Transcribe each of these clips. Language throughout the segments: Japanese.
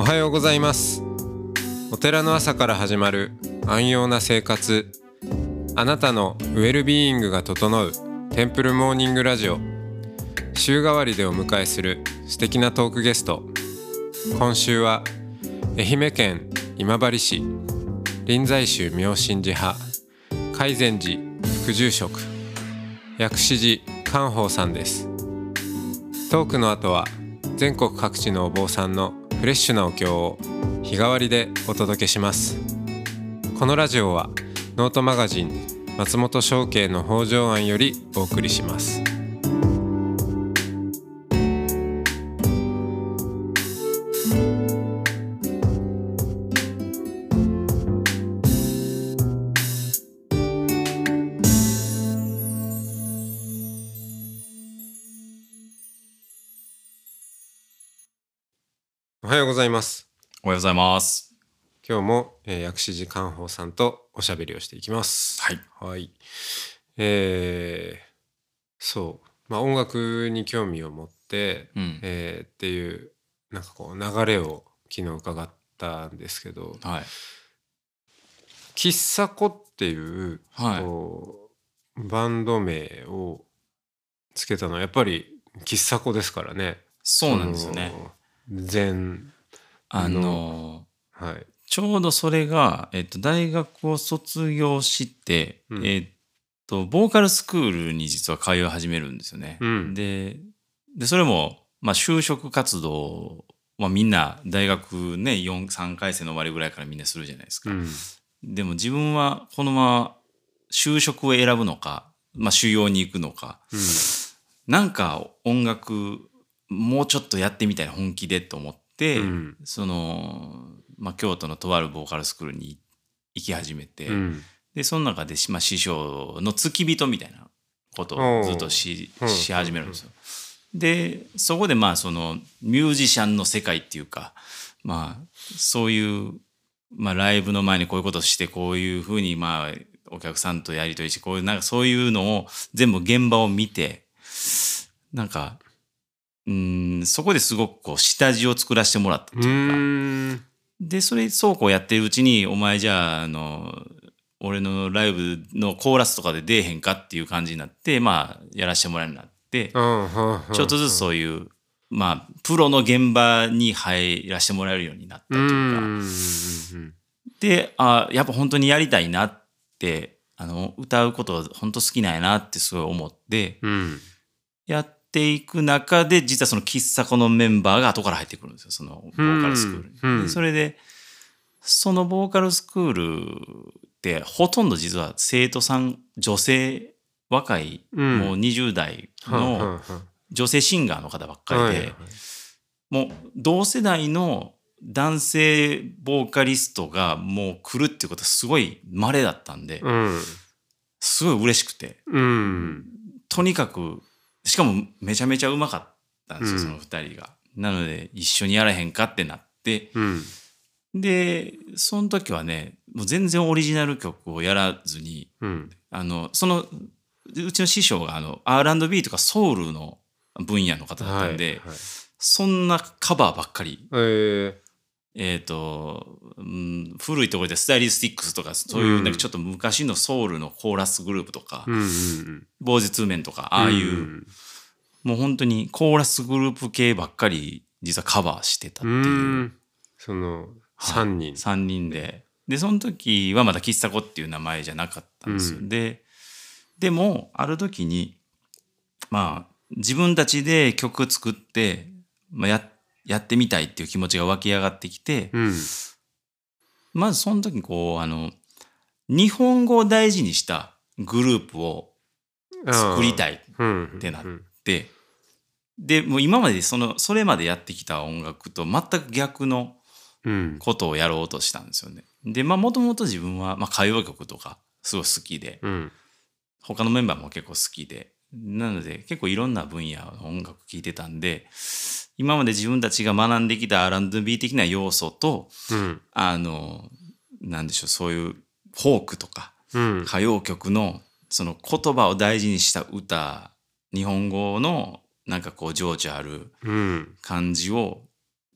はようございます。お寺の朝から始まる安養な生活、あなたのウェルビーイングが整うテンプルモーニングラジオ。週替わりでお迎えする素敵なトークゲスト。今週は愛媛県今治市臨済宗妙心寺派海禅寺副住職薬師寺寛法さんです。トークの後は全国各地のお坊さんのフレッシュなお経を日替わりでお届けします。このラジオはノートマガジン松本商家の北条庵よりお送りします。おはようございます。 おはようございます。 今日も、薬師寺寛法さんとおしゃべりをしていきます。 はい。 はい。そう、音楽に興味を持って、っていうなんかこう流れを昨日伺ったんですけど、 はい。 喫茶子っていう、 はいこうバンド名をつけたのはやっぱり喫茶子ですからね。 そうなんですよね。 禅のはい。 ちょうどそれが、大学を卒業して、ボーカルスクールに実は通い始めるんですよね。でそれも、就職活動はみんな大学ね3回生の終わりぐらいからみんなするじゃないですか。でも自分はこのまま就職を選ぶのか、修行に行くのか、なんか音楽もうちょっとやってみたい本気でと思って、京都のとあるボーカルスクールに行き始めて、でその中で、師匠の付き人みたいなことをずっとし始めるんですよ。でそこでそのミュージシャンの世界っていうか、そういう、ライブの前にこういうことをしてこういうふうにお客さんとやり取りしてこういうなんかそういうのを全部現場を見てなんかそこですごくこう下地を作らせてもらったというか、でそうこうやってるうちにお前じゃあ俺のライブのコーラスとかで出えへんかっていう感じになって、やらせてもらえるようになって、ちょっとずつそういうプロの現場に入らせてもらえるようになったというか、でやっぱ本当にやりたいなって歌うこと本当好きなんやなってすごい思って、やっていく中で実はその喫茶子のメンバーが後から入ってくるんですよ、そのボーカルスクールに。でそれでそのボーカルスクールってほとんど実は生徒さん女性若い、もう20代の女性シンガーの方ばっかりで、もう同世代の男性ボーカリストがもう来るっていうことはすごい稀だったんで、すごい嬉しくて、とにかくしかもめちゃめちゃうまかったんですよ、その2人が。なので一緒にやらへんかってなって、でその時はねもう全然オリジナル曲をやらずに、うちの師匠がR&B とかソウルの分野の方だったんで、そんなカバーばっかり、古いところでスタイリスティックスとかそういうなんかちょっと昔のソウルのコーラスグループとか、ボーゼツーメンとかああいう、もう本当にコーラスグループ系ばっかり実はカバーしてたっていう、 その3人、 3人でその時はまだ喫茶子っていう名前じゃなかったんですよ。でもある時に自分たちで曲作って、やってみたいっていう気持ちが湧き上がってきて、まずその時にこう日本語を大事にしたグループを作りたいってなって、でもう今までそれまでやってきた音楽と全く逆のことをやろうとしたんですよね。でもともと自分は歌謡曲とかすごい好きで、他のメンバーも結構好きで、なので結構いろんな分野の音楽聴いてたんで、今まで自分たちが学んできた R&B 的な要素と、なんでしょう、そういうフォークとか、歌謡曲のその言葉を大事にした歌、日本語のなんかこう情緒ある感じを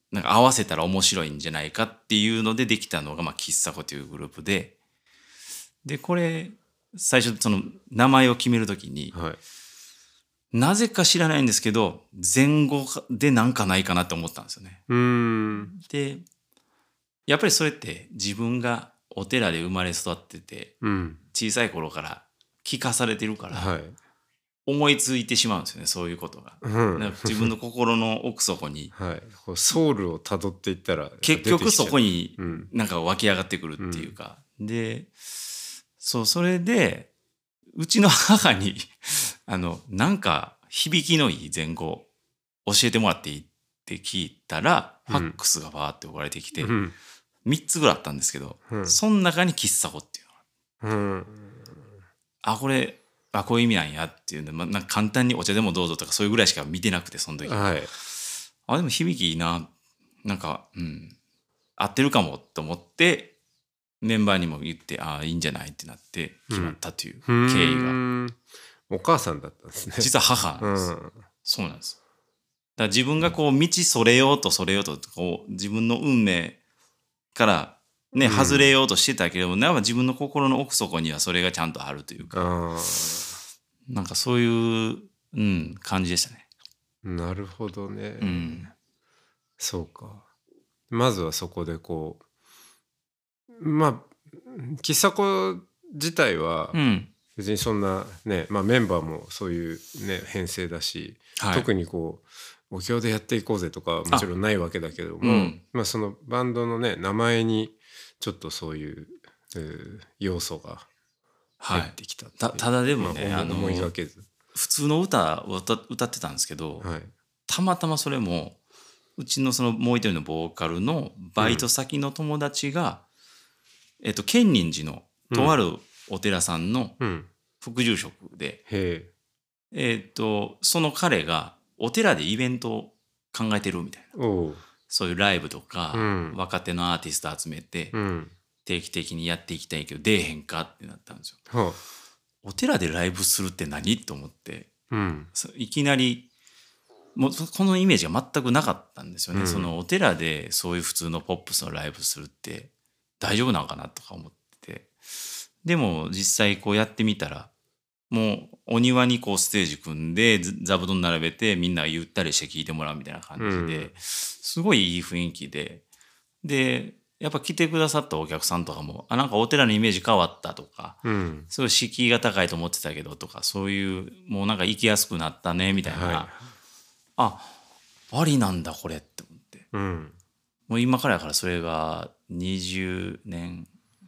なんか合わせたら面白いんじゃないかっていうのでできたのが、まあ、喫茶子というグループで、これ最初その名前を決めるときに、 はい、 なぜか知らないんですけど前後でなんかないかなって思ったんですよね。でやっぱりそれって自分がお寺で生まれ育ってて、小さい頃から聞かされてるから、はい、思いついてしまうんですよね、そういうことが。なんか自分の心の奥底に、 はい、ソウルをたどっていったら結局そこになんか湧き上がってくるっていうか、でそれでうちの母になんか響きのいい前後教えてもらっていいって聞いたら、ファックスがバーって送られてきて、3つぐらいあったんですけど、その中に喫茶子っていうのが、これこういう意味なんやっていうの、なんか簡単にお茶でもどうぞとかそういうぐらいしか見てなくて、その時、はい、でも響きいいな、なんか合ってるかもと思ってメンバーにも言って、いいんじゃないってなって決まったという経緯が、 お母さんだったんですね。 実は母なんです、そうなんです。だから自分がこう道それようとこう自分の運命からね、外れようとしてたけども、なんか自分の心の奥底にはそれがちゃんとあるというか、なんかそういう、感じでしたね。 なるほどね。そうか。まずはそこでこう、まあ喫茶子自体は別にそんなね、メンバーもそういうね編成だし、特にこうお経でやっていこうぜとかはもちろんないわけだけども、そのバンドのね名前にちょっとそういう、要素が入ってきたっていう、 ただでもね、 思いがけず普通の歌を歌ってたんですけど、たまたまそれもうちのそのもう一人のボーカルのバイト先の友達が、建仁寺のとあるお寺さんの副住職で、その彼がお寺でイベントを考えてるみたいな、そういうライブとか、若手のアーティスト集めて、定期的にやっていきたいけど出えへんかってなったんですよ。お寺でライブするって何と思って、いきなりもうこのイメージが全くなかったんですよね。そのお寺でそういう普通のポップスのライブするって大丈夫なのかなとか思ってて、でも実際こうやってみたら、もうお庭にこうステージ組んで座布団並べてみんながゆったりして聴いてもらうみたいな感じで、すごいいい雰囲気で、やっぱ来てくださったお客さんとかも、なんかお寺のイメージ変わったとか、すごい敷居が高いと思ってたけどとか、そういうもうなんか行きやすくなったねみたいな、ありなんだこれって思って、もう今からやからそれが20年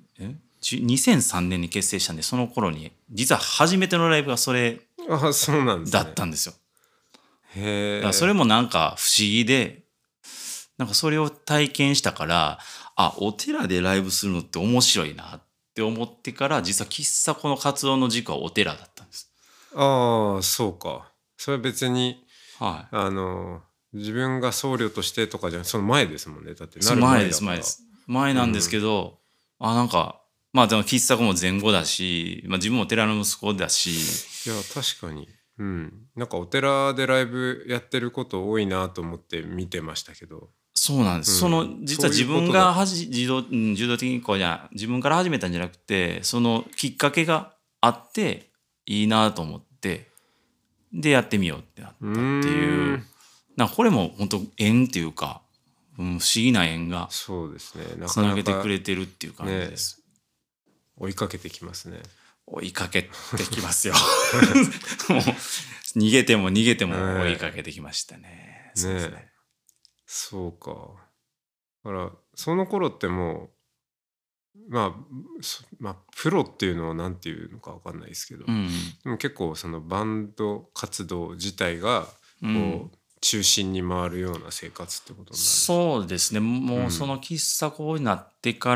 2003年に結成したんで、その頃に実は初めてのライブがそれだったんですよ。だからそれもなんか不思議で、なんかそれを体験したから、お寺でライブするのって面白いなって思ってから、実は喫茶子の活動の軸はお寺だったんです。 そうか。それは別に、自分が僧侶としてとかじゃない、その前ですもんね。だってなる前だから。 前なんですけど、なんかでも喫茶子も前後だし、自分もお寺の息子だし。 いや確かに、なんかお寺でライブやってること多いなと思って見てましたけど。 そうなんです。実は自分が自動的に自分から始めたんじゃなくて、そのきっかけがあっていいなと思って、でやってみようってなったっていう。なんかこれも本当縁っていうか、不思議な縁がそうですね。 つなげてくれてるっていう感じです。 追いかけてきますね。 追いかけてきますよ。もう逃げても追いかけてきましたね。そうですね。 そうか。だからその頃ってもうプロっていうのはなんていうのか分かんないですけど、でも結構そのバンド活動自体がこう中心に回るような生活ってことになる。 そうですね。もうその喫茶子になってから、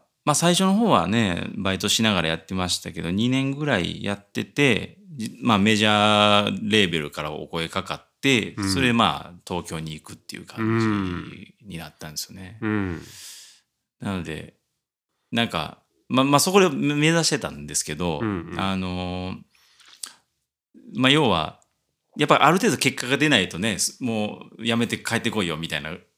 最初の方はねバイトしながらやってましたけど、2年ぐらいやってて、メジャーレーベルからお声かかって、それで東京に行くっていう感じになったんですよね。なのでなんかそこで目指してたんですけど、要はやっぱりある程度結果が出ないとね、もうやめて帰ってこいよみたいな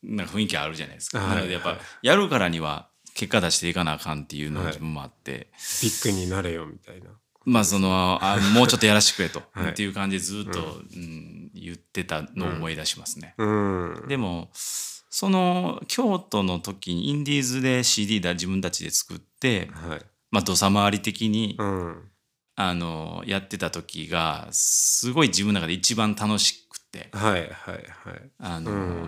なんか雰囲気あるじゃないですか、 はい、 なのでやっぱやるからには結果出していかなあかんっていうのが自分もあって、はい、 ビッグになれよみたいな、 まあもうちょっとやらしてくれと、 はい、 っていう感じでずっと、言ってたのを思い出しますね、でもその京都の時にインディーズで CD だ自分たちで作って、はい、土佐回り的に、やってた時がすごい自分の中で一番楽しくて、はいはいはい、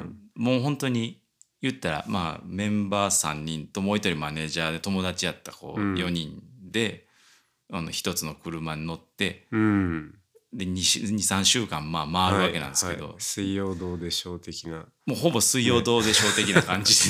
もう本当に言ったらメンバー3人ともう一人マネージャーで友達やった子4人で、一つの車に乗って、で 2,3 週間回るわけなんですけど、はいはい、 水曜どうでしょう的な、 もうほぼ水曜どうでしょう的な感じです、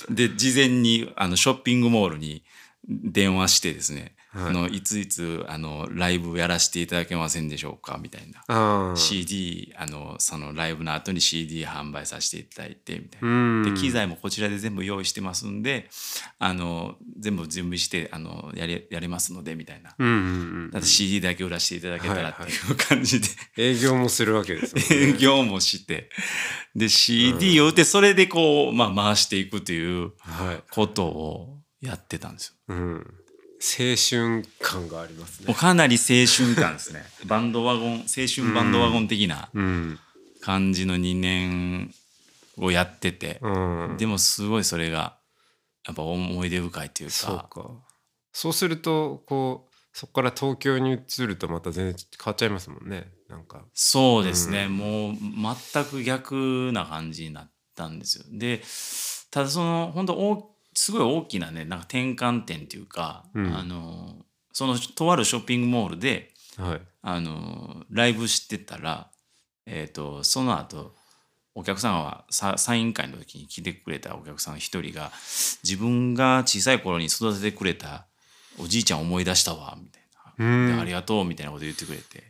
で事前にショッピングモールに電話してですね、はい、いついつライブやらせていただけませんでしょうかみたいな、CD そのライブの後に CD 販売させていただいてみたいな、で機材もこちらで全部用意してますんで全部準備してやれますのでみたいな、だって CD だけ売らせていただけたらっていう感じで、 営業もするわけですよね。 営業もしてで CD を売ってそれでこう、回していくということをやってたんですよ。 青春感がありますね。 もうかなり青春感ですね。バンドワゴン、青春バンドワゴン的な感じの2年をやってて、でもすごいそれがやっぱ思い出深いというか。 そうか。そうするとそこから東京に移るとまた全然変わっちゃいますもんね。なんか。 そうですね。もう全く逆な感じになったんですよ。で、ただその本当すごい大きなね、なんか転換点っていうか、そのとあるショッピングモールで、はい、ライブしてたら、その後お客さんはサイン会の時に来てくれたお客さん一人が自分が小さい頃に育ててくれたおじいちゃん思い出したわみたいな、でありがとうみたいなこと言ってくれて、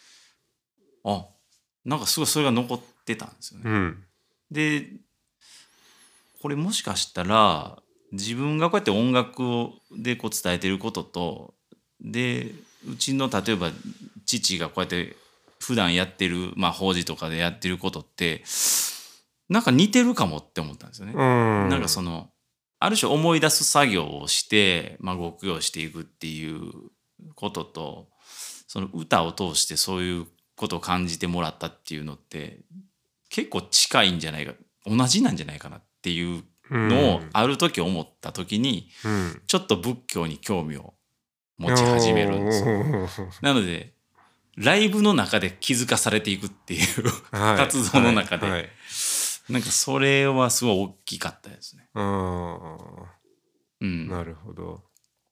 なんかすごいそれが残ってたんですよね。でこれもしかしたら自分がこうやって音楽でこう伝えてることと、でうちの例えば父がこうやって普段やってる法事とかでやってることってなんか似てるかもって思ったんですよね。なんかそのある種思い出す作業をしてご供養していくっていうことと、その歌を通してそういうことを感じてもらったっていうのって結構近いんじゃないか、同じなんじゃないかなっていうのをある時思った時に、ちょっと仏教に興味を持ち始めるんですよ。なのでライブの中で気づかされていくっていう活動の中で、なんかそれはすごい大きかったですね。 なるほど。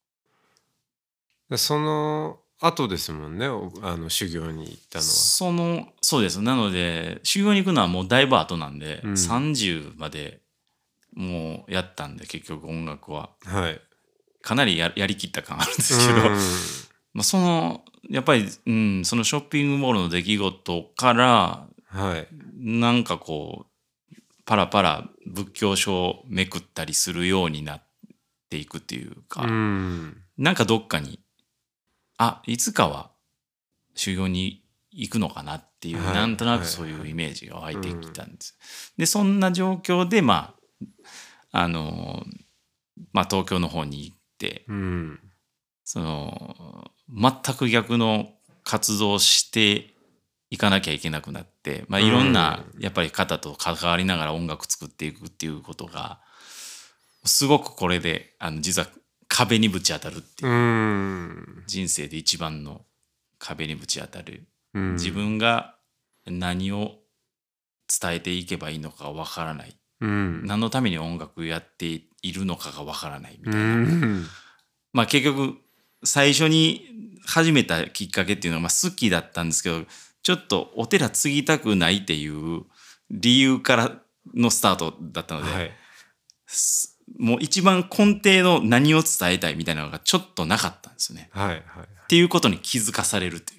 その後ですもんね、修行に行ったのは。 そうです。なので修行に行くのはもうだいぶ後なんで、30までもうやったんで結局音楽は、かなりやりきった感あるんですけど、やっぱり、そのショッピングモールの出来事から、なんかこうパラパラ仏教書をめくったりするようになっていくっていうか、なんかどっかにいつかは修行に行くのかなっていう、なんとなくそういうイメージが湧いてきたんです。でそんな状況で東京の方に行って、その全く逆の活動をしていかなきゃいけなくなって、いろんなやっぱり方と関わりながら音楽作っていくっていうことがすごくこれで実は壁にぶち当たるっていう、人生で一番の壁にぶち当たる、自分が何を伝えていけばいいのかわからない、何のために音楽やっているのかがわからないみたいな、結局最初に始めたきっかけっていうのは好きだったんですけど、ちょっとお寺継ぎたくないっていう理由からのスタートだったので、もう一番根底の何を伝えたいみたいなのがちょっとなかったんですよね。っていうことに気づかされるという、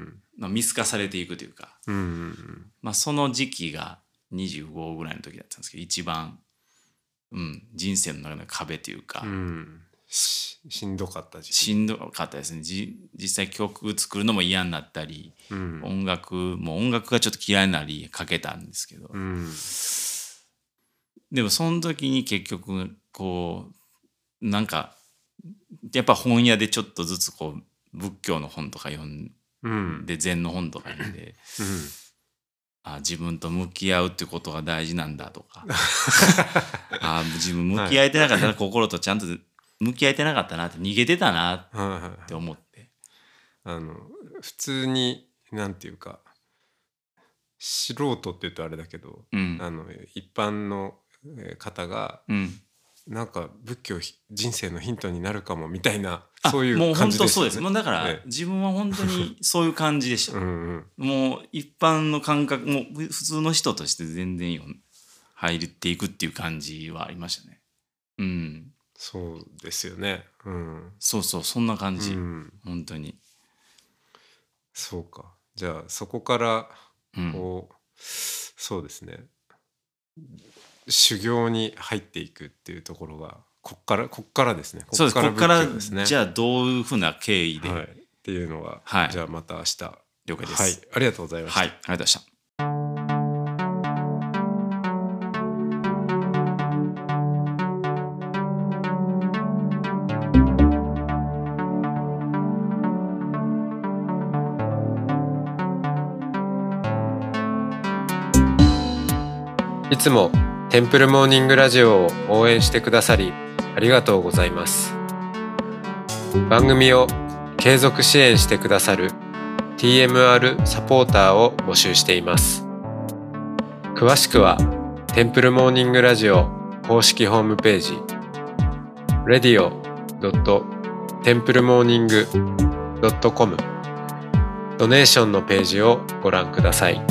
見透かされていくというか、その時期が25ぐらいの時だったんですけど、一番、人生の中の壁というか、 しんどかったしんどかったですね。実際曲作るのも嫌になったり、音楽がちょっと嫌いになりかけたんですけど、 でもその時に結局こうなんかやっぱ本屋でちょっとずつこう仏教の本とか読んで、禅の本とか読んで、自分と向き合うってことが大事なんだとか自分向き合えてなかったな、心とちゃんと向き合えてなかったなって、逃げてたなって思って、 普通になんていうか素人って言うとあれだけど、一般の方が、なんか仏教人生のヒントになるかもみたいな、そういう感じですよね。もう本当そうです。 もうだから、自分は本当にそういう感じでした。もう一般の感覚、もう普通の人として全然入っていくっていう感じはありましたね。 そうですよね。 そうそんな感じ。本当に。 そうか。じゃあそこからこう、そうですね。修行に入っていくっていうところがこっからですね。 そうです。こっからじゃあどういうふうな経緯で、 っていうのは、じゃあまた明日。 了解です。 ありがとうございました。 ありがとうございました。 いつもテンプルモーニングラジオを応援してくださりありがとうございます。番組を継続支援してくださる TMR サポーターを募集しています。詳しくはテンプルモーニングラジオ公式ホームページ radio.templemorning.com ドネーションのページをご覧ください。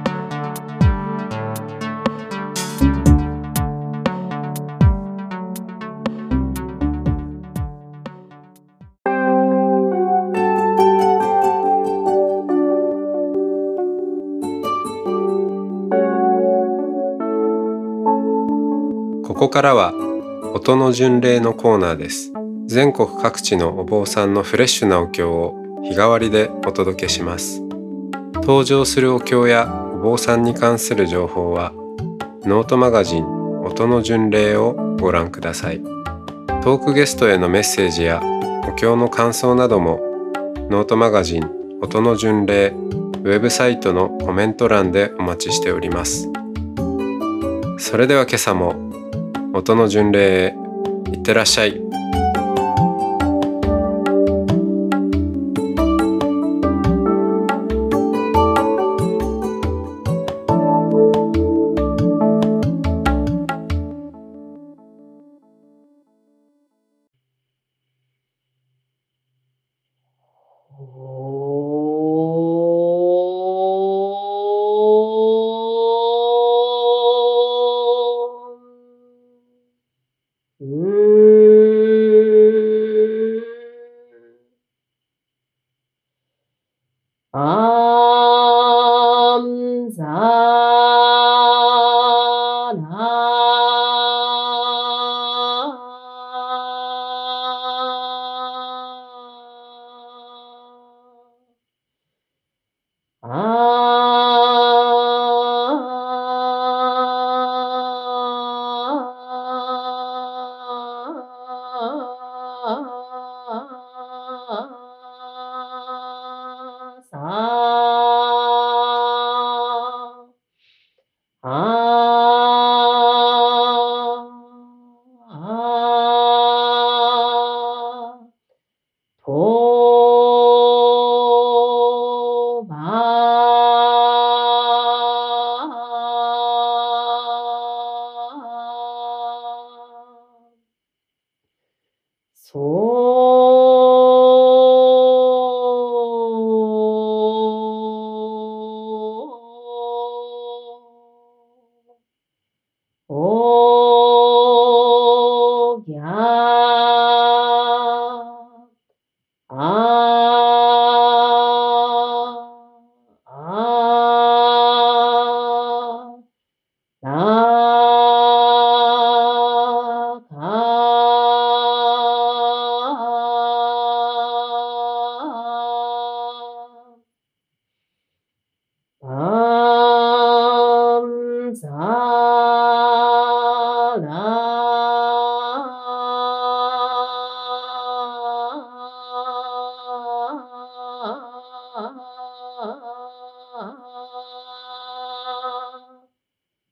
ここからは音の巡礼のコーナーです。全国各地のお坊さんのフレッシュなお経を日替わりでお届けします。登場するお経やお坊さんに関する情報はノートマガジン音の巡礼をご覧ください。トークゲストへのメッセージやお経の感想などもノートマガジン音の巡礼ウェブサイトのコメント欄でお待ちしております。それでは今朝も音の巡礼へいってらっしゃい。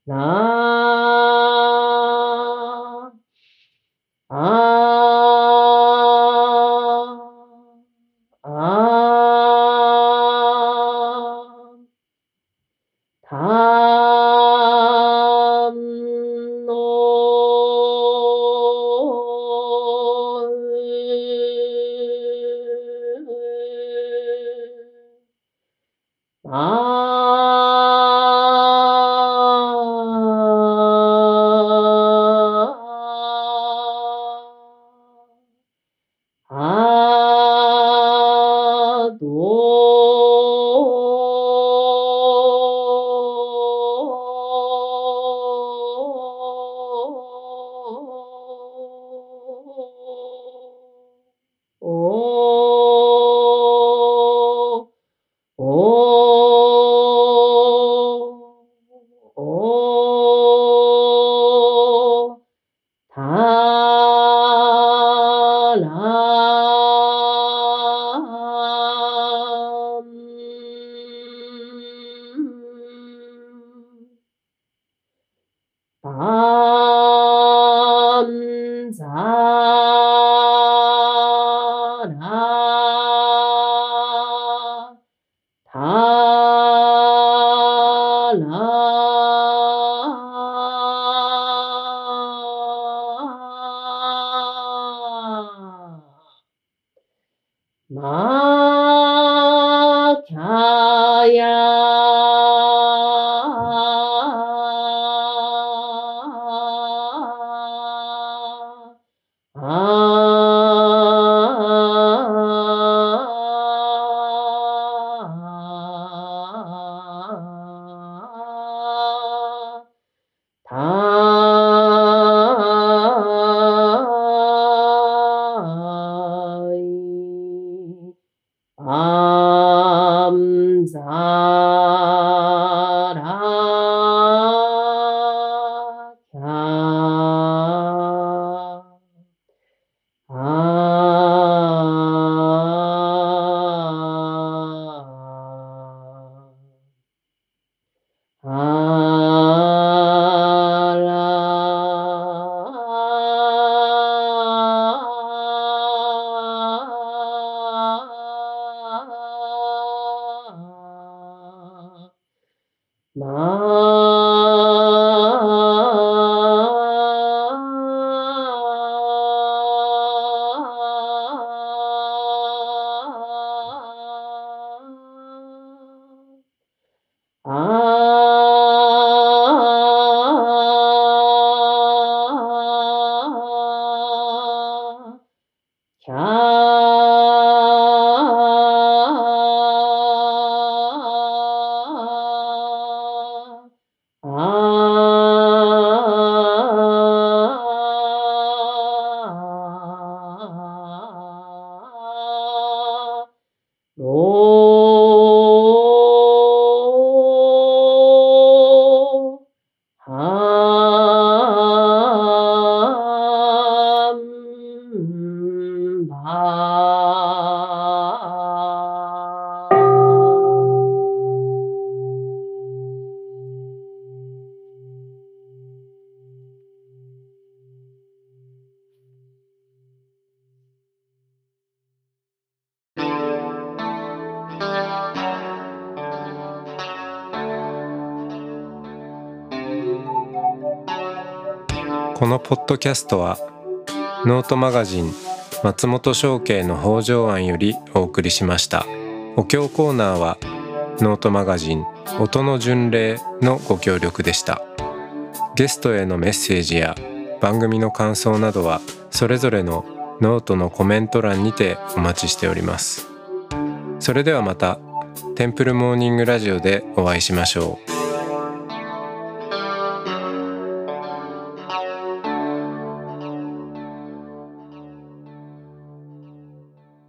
このポッドキャストはノートマガジン松本商家の北条庵よりお送りしました。お経コーナーはノートマガジン音の巡礼のご協力でした。ゲストへのメッセージや番組の感想などはそれぞれのノートのコメント欄にてお待ちしております。それではまたテンプルモーニングラジオでお会いしましょう。